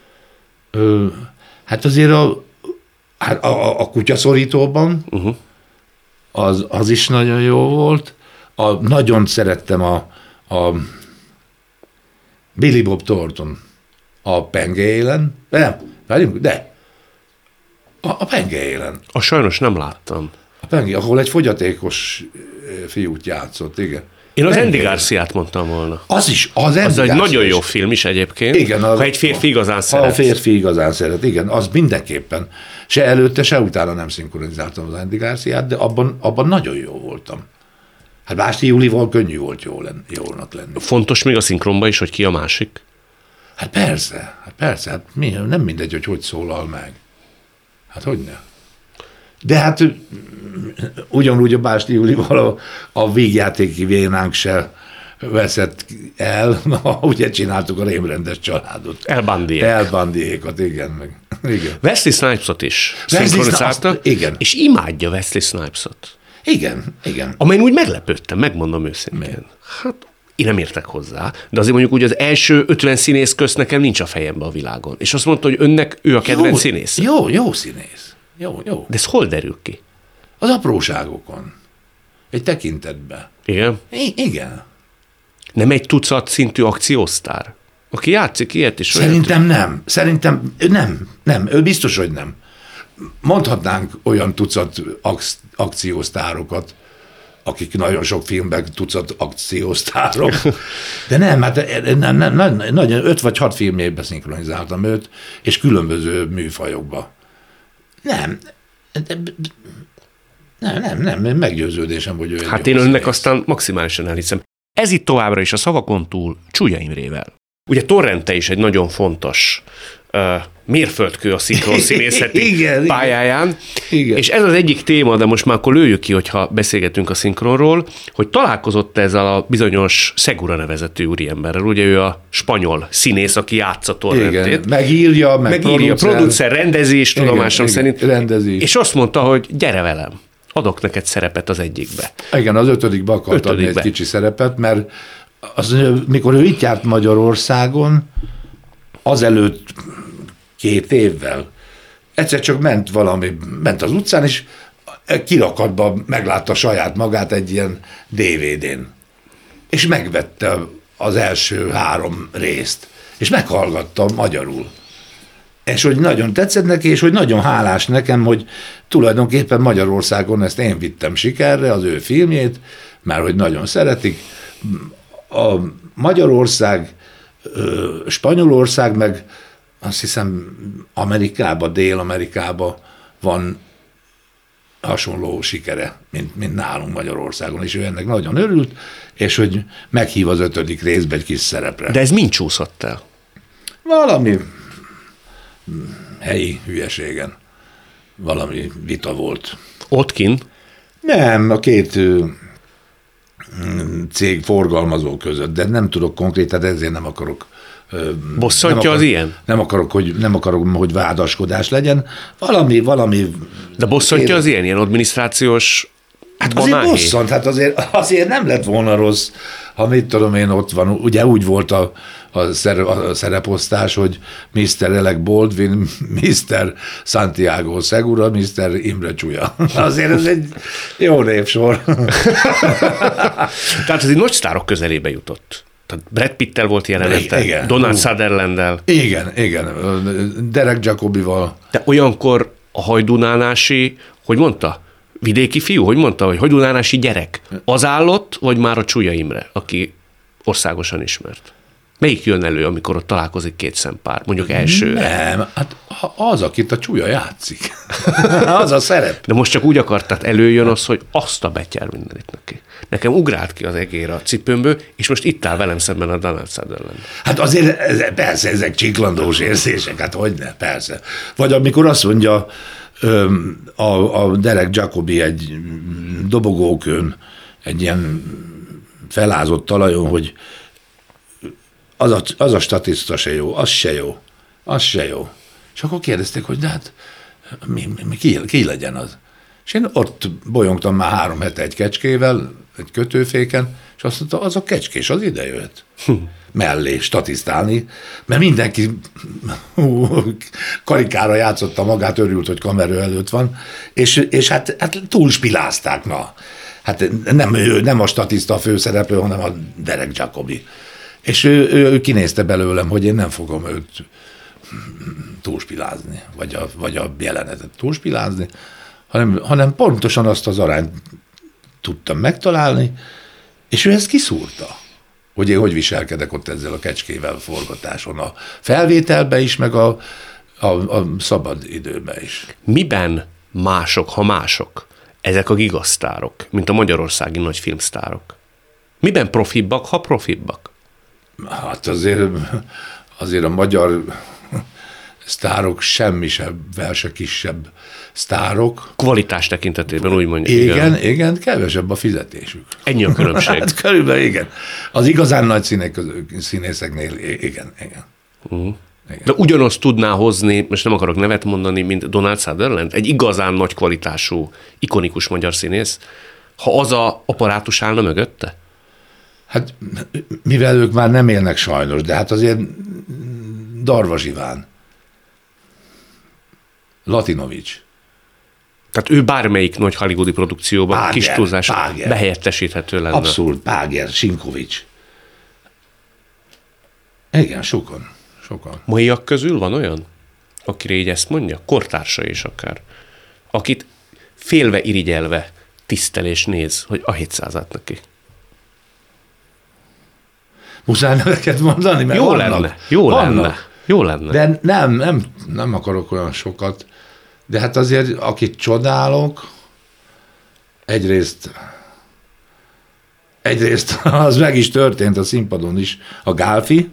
Hát azért a kutyaszorítóban az is nagyon jó volt. Nagyon szerettem a Billy Bob Thornton a Penge élen. Nem, várjunk, de a Penge élen. Sajnos nem láttam. A Penge, ahol egy fogyatékos fiút játszott, igen. Én az Andy Garciát mondtam volna. Az is, az egy nagyon jó film is egyébként. Igen, ha egy férfi igazán szeret. Ha a férfi igazán szeret, igen, az mindenképpen. Se előtte, se utána nem szinkronizáltam az Andy Garciát, de abban nagyon jó voltam. Hát Básti Júlival könnyű volt jólnak lenni. Fontos még a szinkronban is, hogy ki a másik? Hát persze, hát nem mindegy, hogy szólal meg. Hát hogyne. De hát ugyanúgy a Básti Júlival a vígjátéki vénánk se veszett el, ugye csináltuk a rémrendes családot. Elbandiékat, igen. Wesley Snipes-ot is szinkronizálta, és imádja Wesley Snipes-ot. Igen. Amelyen úgy meglepődtem, megmondom őszintén. Hát én nem értek hozzá, de azért mondjuk úgy az első 50 színész közt nekem nincs a fejembe a világon. És azt mondta, hogy önnek ő a kedvenc színész. Jó színész. Jó. De ez hol derül ki? Az apróságokon. Egy tekintetben. Igen? Igen. Nem egy tucat szintű akciósztár? Aki játszik ilyet is? Szerintem nem. Nem. Ő biztos, hogy nem. Mondhatnánk olyan tucat akciósztárokat, akik nagyon sok filmben tucat akciósztárok. De nem, hát nagyon 5 vagy 6 filmjében szinkronizáltam őt, és különböző műfajokba. Nem, meggyőződésem, hogy ő egy Hát én önnek aztán maximálisan elhiszem. Ez itt továbbra is a szavakon túl Csúlya Imrével. Ugye Torrente is egy nagyon fontos mérföldkő a szinkronszínészeti pályáján, Igen. És ez az egyik téma, de most már akkor lőjük ki, hogyha beszélgetünk a szinkronról, hogy találkozott ezzel a bizonyos Segura nevezetű úriemberrel, ugye ő a spanyol színész, aki játsza Torrentét. Igen, megírja, producer, rendezés, tudomásom szerint. Rendezés. És azt mondta, hogy gyere velem, adok neked szerepet az egyikbe. Igen, az 5. akart adni egy kicsi szerepet, mert mikor ő itt járt Magyarországon, azelőtt 2 évvel, egyszer csak ment az utcán, és kirakatban meglátta saját magát egy ilyen DVD-n. És megvette az első 3 részt, és meghallgatta magyarul. És hogy nagyon tetszett neki, és hogy nagyon hálás nekem, hogy tulajdonképpen Magyarországon ezt én vittem sikerre, az ő filmjét, mert hogy nagyon szeretik. A Magyarország, Spanyolország, meg azt hiszem Amerikában, Dél-Amerikában van hasonló sikere, mint nálunk Magyarországon, és ő ennek nagyon örült, és hogy meghív az 5. részbe egy kis szerepre. De ez mind csúszott el? Valami helyi hülyeségen. Valami vita volt. Ott kint? Nem, a 2 cég forgalmazó között, de nem tudok konkrétan, ezért nem akarok. Bosszantja az ilyen? Nem akarok, hogy vádaskodás legyen. Valami. De bosszantja az ilyen adminisztrációs Hát azért bosszant, hát azért nem lett volna rossz, ha mit tudom én, ott van, ugye úgy volt a szereposztás, hogy Mr. Elek Baldwin, Mr. Santiago Segura, Mr. Imre Csúlya. Azért ez egy jó névsor. Tehát ez egy nagy sztárok közelébe jutott. Tehát Brad Pittel volt jelenete, Donald Sutherlanddel. Igen. Derek Jacobival. De olyankor a hajdunánási, hogy mondta? Vidéki fiú, hogy mondta, hogy hajdunánási gyerek. Az állott, vagy már a Csúlya Imre, aki országosan ismert? Melyik jön elő, amikor ott találkozik 2 szempár, mondjuk elsőre? Nem, hát az, akit a Csúlya játszik. Az a szerep. De most csak úgy akartad, előjön az, hogy azt a betyár mindenit neki. Nekem ugrált ki az egér a cipőmből, és most itt áll velem szemben a Donald Sutherland. Hát azért persze, ezek csiklandós érzések, hát hogyne, persze. Vagy amikor azt mondja a Derek Jacobi egy dobogókön, egy ilyen felázott talajon, hogy az a statiszta se jó, az se jó. És akkor kérdezték, hogy de hát ki legyen az? És én ott bolyongtam már 3 hete egy kecskével, egy kötőféken, és azt mondta, az a kecskés, az ide jöhet. Mellé statisztálni, mert mindenki karikára játszotta magát, örült, hogy kamera előtt van, és hát túlspilázták, na. Hát nem a statiszta a főszereplő, hanem a Derek Jacobi. És ő kinézte belőlem, hogy én nem fogom őt túlspilázni, vagy a jelenetet túlspilázni, hanem pontosan azt az arányt tudtam megtalálni, és ő ezt kiszúrta, hogy én hogy viselkedek ott ezzel a kecskével forgatáson, a felvételbe is, meg a szabad időben is. Miben mások, ha mások, ezek a gigasztárok, mint a magyarországi nagy filmsztárok? Miben profibbak, ha profibbak? Hát azért a magyar sztárok semmivel se kisebb sztárok. Kvalitás tekintetében úgy mondjuk. Igen, kevesebb a fizetésük. Ennyi a különbség. Hát körülbelül igen. Az igazán nagy színészeknél igen. Igen. De ugyanazt tudná hozni, most nem akarok nevet mondani, mint Donald Sutherland, egy igazán nagy kvalitású, ikonikus magyar színész, ha az a apparátus állna mögötte? Hát mivel ők már nem élnek sajnos, de hát azért Darvas Iván, Latinovics. Tehát ő bármelyik nagy hollywoodi produkcióban Páger, kis túlzás Páger. behelyettesíthető lenne. Abszolút, Páger, Sinkovics. Igen, sokan. Maiak közül van olyan, akire így ezt mondja? Kortársa is akár. Akit félve irigyelve tisztel és néz, hogy a 700-át neki. Muszáj neveket mondani, mert Jó vannak. lenne, jó Vannak. lenne, jó lenne. De nem akarok olyan sokat. De hát azért, akit csodálok, egyrészt az meg is történt a színpadon is, a Gálfi,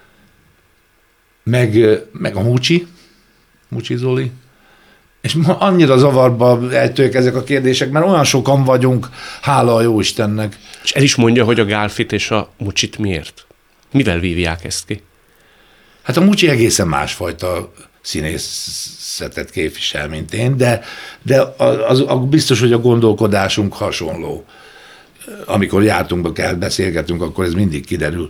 meg a Mucsi Zoli, és annyira zavarba ejtők ezek a kérdések, mert olyan sokan vagyunk, hála a Jóistennek. És el is mondja, hogy a Gálfit és a Mucsit miért? Mivel vívják ezt ki? Hát a Mucsi egészen másfajta színészetet képvisel, mint én, de az biztos, hogy a gondolkodásunk hasonló. Amikor jártunk, beszélgetünk, akkor ez mindig kiderül.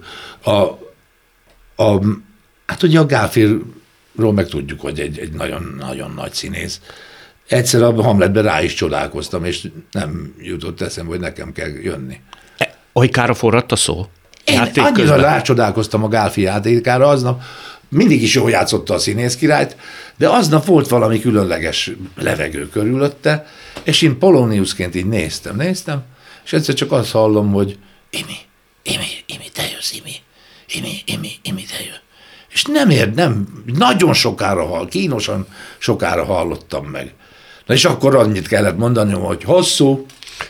Hát ugye a Gálfiról meg tudjuk, hogy egy nagyon-nagyon nagy színész. Egyszer a Hamletben rá is csodálkoztam, és nem jutott eszembe, hogy nekem kell jönni. Ajkára forradt a szó? Én annyira rácsodálkoztam a Gálfi játékára, aznap mindig is jól játszotta a színész királyt, de aznap volt valami különleges levegő körülötte, és én Poloniusként így néztem, és egyszer csak azt hallom, hogy Imi, te jössz, Imi, te jössz. És nem, nagyon sokára kínosan sokára hallottam meg. Na és akkor annyit kellett mondanom, hogy hosszú.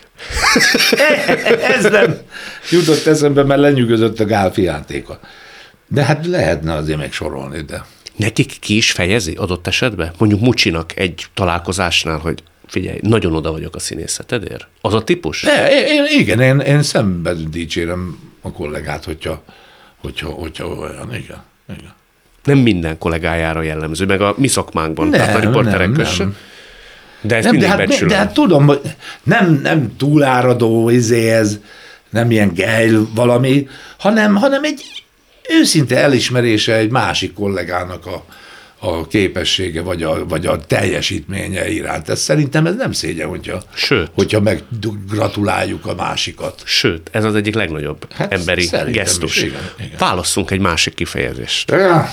Ez nem jutott eszembe, mert lenyűgözött a Gálfi játéka. De hát lehetne azért még sorolni, de... Nekik ki is fejezi adott esetben? Mondjuk Mucsinak egy találkozásnál, hogy figyelj, nagyon oda vagyok a színészetedért. Az a típus? Igen, én szemben dicsérem a kollégát, hogyha olyan, igen. Nem minden kollégájára jellemző, meg a mi szakmánkban, tehát a riporterek között. De ezt mindig becsülöm. De hát tudom, hogy nem túláradó ez, nem ilyen gejl valami, hanem egy őszinte elismerése egy másik kollégának a képessége, vagy a teljesítménye iránt. Szerintem ez nem szégyen, hogyha meggratuláljuk a másikat. Sőt, ez az egyik legnagyobb emberi gesztus. Igen. Válasszunk egy másik kifejezést.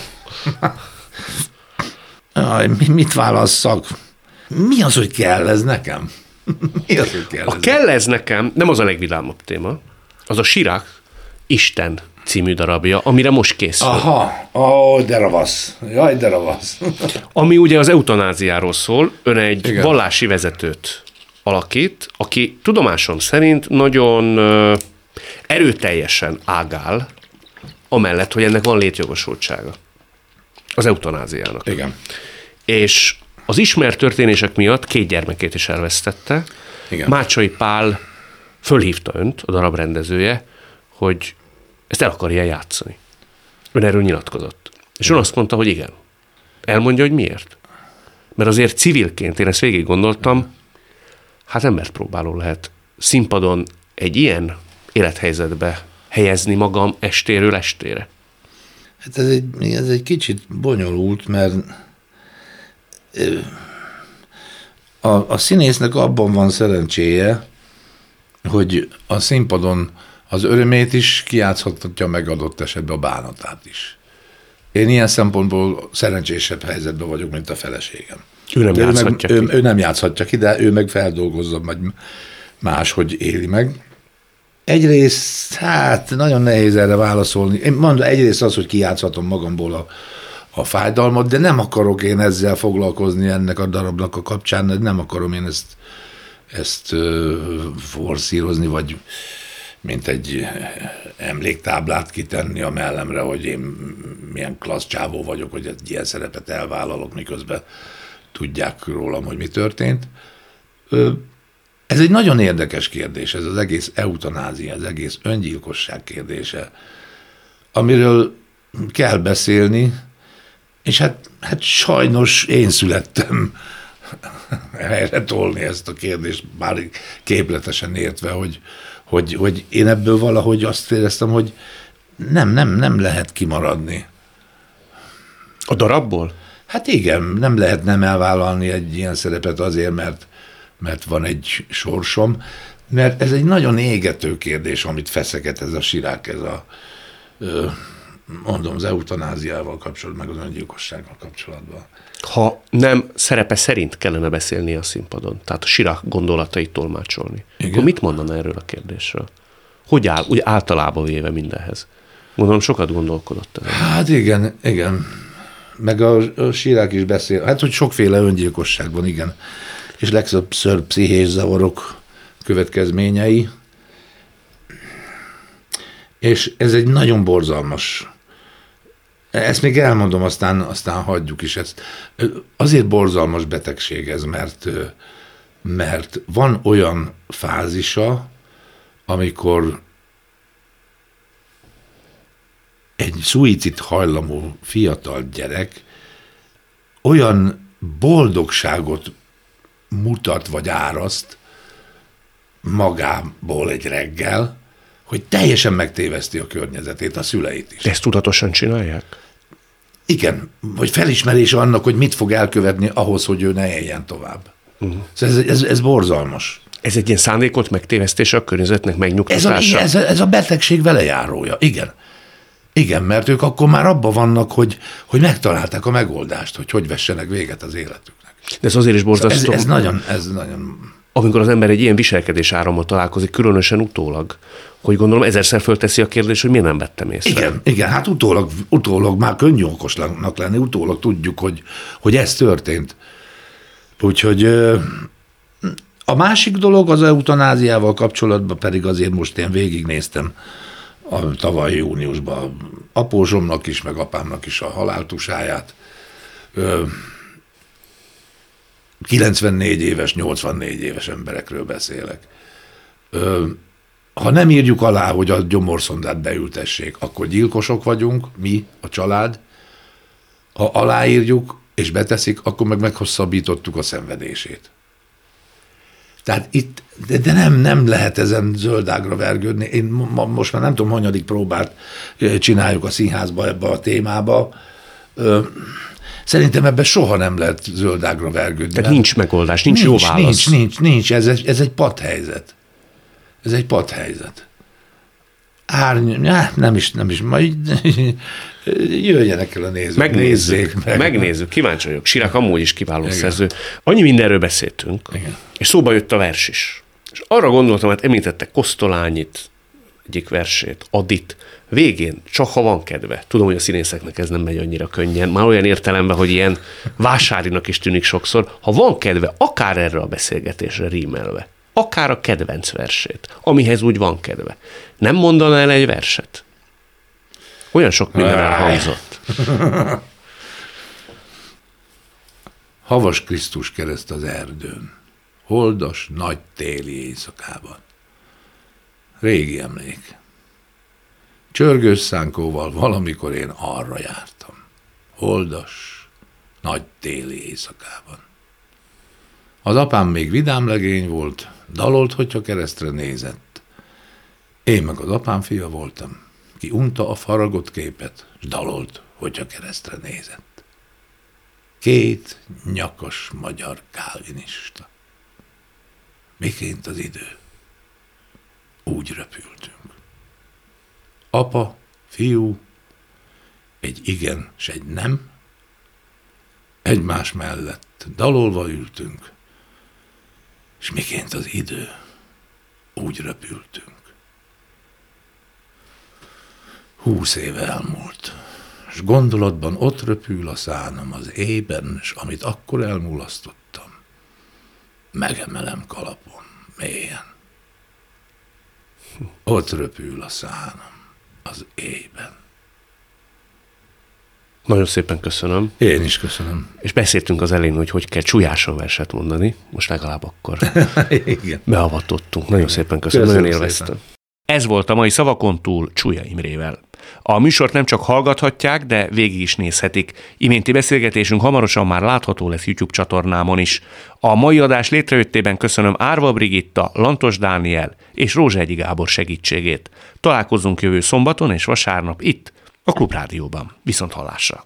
Mit válasszak? Mi az, hogy kell ez nekem? Mi az, hogy kell a kell ez nekem nem az a legvidámabb téma, az a Chirac Isten című darabja, amire most készül. Aha, de ravasz. Jaj, de ravasz. Ami ugye az eutanáziáról szól, ön egy vallási vezetőt alakít, aki tudomásom szerint nagyon erőteljesen ágál, amellett, hogy ennek van létjogosultsága. Az eutanáziának. Igen. És az ismert történések miatt 2 gyermekét is elvesztette. Igen. Mácsai Pál fölhívta önt, a darab rendezője, hogy ezt el akarja játszani. Ön erről nyilatkozott. És ön azt mondta, hogy igen. Elmondja, hogy miért. Mert azért civilként, én ezt végig gondoltam, hát embert próbáló lehet színpadon egy ilyen élethelyzetbe helyezni magam estéről estére. Hát ez egy kicsit bonyolult, mert a színésznek abban van szerencséje, hogy a színpadon az örömét is kijátszhatja, meg adott esetben a bánatát is. Én ilyen szempontból szerencsésebb helyzetben vagyok, mint a feleségem. Ő nem játszhatja ki. Ő nem játszhatja ki, de ő meg feldolgozza, vagy máshogy éli meg. Egyrészt, hát nagyon nehéz erre válaszolni. Én mondom, egyrészt az, hogy kijátszhatom magamból a fájdalmat, de nem akarok én ezzel foglalkozni ennek a darabnak a kapcsán, nem akarom én ezt forszírozni, vagy mint egy emléktáblát kitenni a mellemre, hogy én milyen klassz csávó vagyok, hogy egy ilyen szerepet elvállalok, miközben tudják rólam, hogy mi történt. Ez egy nagyon érdekes kérdés, ez az egész eutanázia, az egész öngyilkosság kérdése, amiről kell beszélni, és hát sajnos én születtem helyre tolni ezt a kérdést, bár képletesen értve, hogy én ebből valahogy azt éreztem, hogy nem lehet kimaradni. A darabból? Hát igen, nem lehet nem elvállalni egy ilyen szerepet azért, mert van egy sorsom, mert ez egy nagyon égető kérdés, amit feszeget ez a Chirac, ez a mondom, az eutanáziával kapcsolatban, meg az öngyilkossággal kapcsolatban. Ha nem szerepe szerint kellene beszélni a színpadon, tehát a Chirac gondolatait tolmácsolni, igen, akkor mit mondana erről a kérdésről? Hogy áll, úgy általában véve mindenhez? Gondolom, sokat gondolkodott el. Hát igen. Meg a Chirac is beszél, hát hogy sokféle öngyilkosság van, igen. És legtöbbször pszichés zavarok következményei. És ez egy nagyon borzalmas. Ezt még elmondom, aztán hagyjuk is ezt. Azért borzalmas betegség ez, mert van olyan fázisa, amikor egy szuicid hajlamú fiatal gyerek olyan boldogságot mutat vagy áraszt magából egy reggel, hogy teljesen megtéveszti a környezetét, a szüleit is. De ezt tudatosan csinálják? Igen, vagy felismerése annak, hogy mit fog elkövetni ahhoz, hogy ő ne éljen tovább. Szóval ez borzalmas. Ez egy ilyen szándékolt megtévesztése a környezetnek, megnyugtatása? Ez a betegség velejárója, igen. Igen, mert ők akkor már abban vannak, hogy megtalálták a megoldást, hogy vessenek véget az életüknek. De ez azért is borzasztó. Ez nagyon... Amikor az ember egy ilyen viselkedés árammal találkozik, különösen utólag, hogy gondolom ezerszer fölteszi a kérdést, hogy miért nem vettem észre. Igen, hát utólag már könnyű okosnak lenni, utólag tudjuk, hogy ez történt. Úgyhogy a másik dolog az eutanáziával kapcsolatban pedig azért most én végignéztem a tavalyi júniusban apósomnak is, meg apámnak is a haláltusáját. 94 éves, 84 éves emberekről beszélek. Ha nem írjuk alá, hogy a gyomorszondát beültessék, akkor gyilkosok vagyunk, mi, a család. Ha aláírjuk és beteszik, akkor meghosszabbítottuk a szenvedését. Tehát itt, de nem lehet ezen zöldágra vergődni. Én most már nem tudom, hanyadik próbát csináljuk a színházba ebbe a témába. Szerintem ebben soha nem lehet zöldágra vergődni. Tehát nincs megoldás, nincs jó válasz. Nincs. Ez egy padhelyzet. Ez egy padhelyzet. Nem is, majd jöjjenek el a nézők. Megnézzük, kíváncsi vagyok. Chirac amúgy is kiváló szerző. Annyi mindenről beszéltünk, igen, és szóba jött a vers is. És arra gondoltam, hát említettek Kosztolányit, egyik versét, Adit, végén, csak ha van kedve. Tudom, hogy a színészeknek ez nem megy annyira könnyen, már olyan értelemben, hogy ilyen vásárinak is tűnik sokszor. Ha van kedve, akár erre a beszélgetésre rímelve, akár a kedvenc versét, amihez úgy van kedve. Nem mondaná el egy verset? Olyan sok minden elhangzott. Havas Krisztus kereszt az erdőn, holdas, nagy téli éjszakában. Régi emlék. Csörgős szánkóval valamikor én arra jártam. Holdas, nagy téli éjszakában. Az apám még vidám legény volt, dalolt, hogyha keresztre nézett. Én meg az apám fia voltam, ki unta a faragott képet, s dalolt, hogyha keresztre nézett. Két nyakas magyar kálvinista. Miként az idő? Úgy röpültünk. Apa, fiú, egy igen s egy nem, egymás mellett dalolva ültünk, és miként az idő, úgy röpültünk. 20 éve elmúlt, és gondolatban ott röpül a szánam az éjben, és amit akkor elmulasztottam, megemelem kalapon, mélyen. Ott röpül a szánam az éjben. Nagyon szépen köszönöm. Én is köszönöm. És beszéltünk az elején, hogy kell csúlyásan verset mondani, most legalább akkor igen, beavatottunk. Nagyon szépen köszönöm, nagyon élveztem. Ez volt a mai Szavakon túl Csúlya Imrével. A műsort nem csak hallgathatják, de végig is nézhetik. Iménti beszélgetésünk hamarosan már látható lesz YouTube csatornámon is. A mai adás létrejöttében köszönöm Árva Brigitta, Lantos Dániel és Rózsahegyi Gábor segítségét. Találkozunk jövő szombaton és vasárnap itt, a Klubrádióban. Viszont hallásra!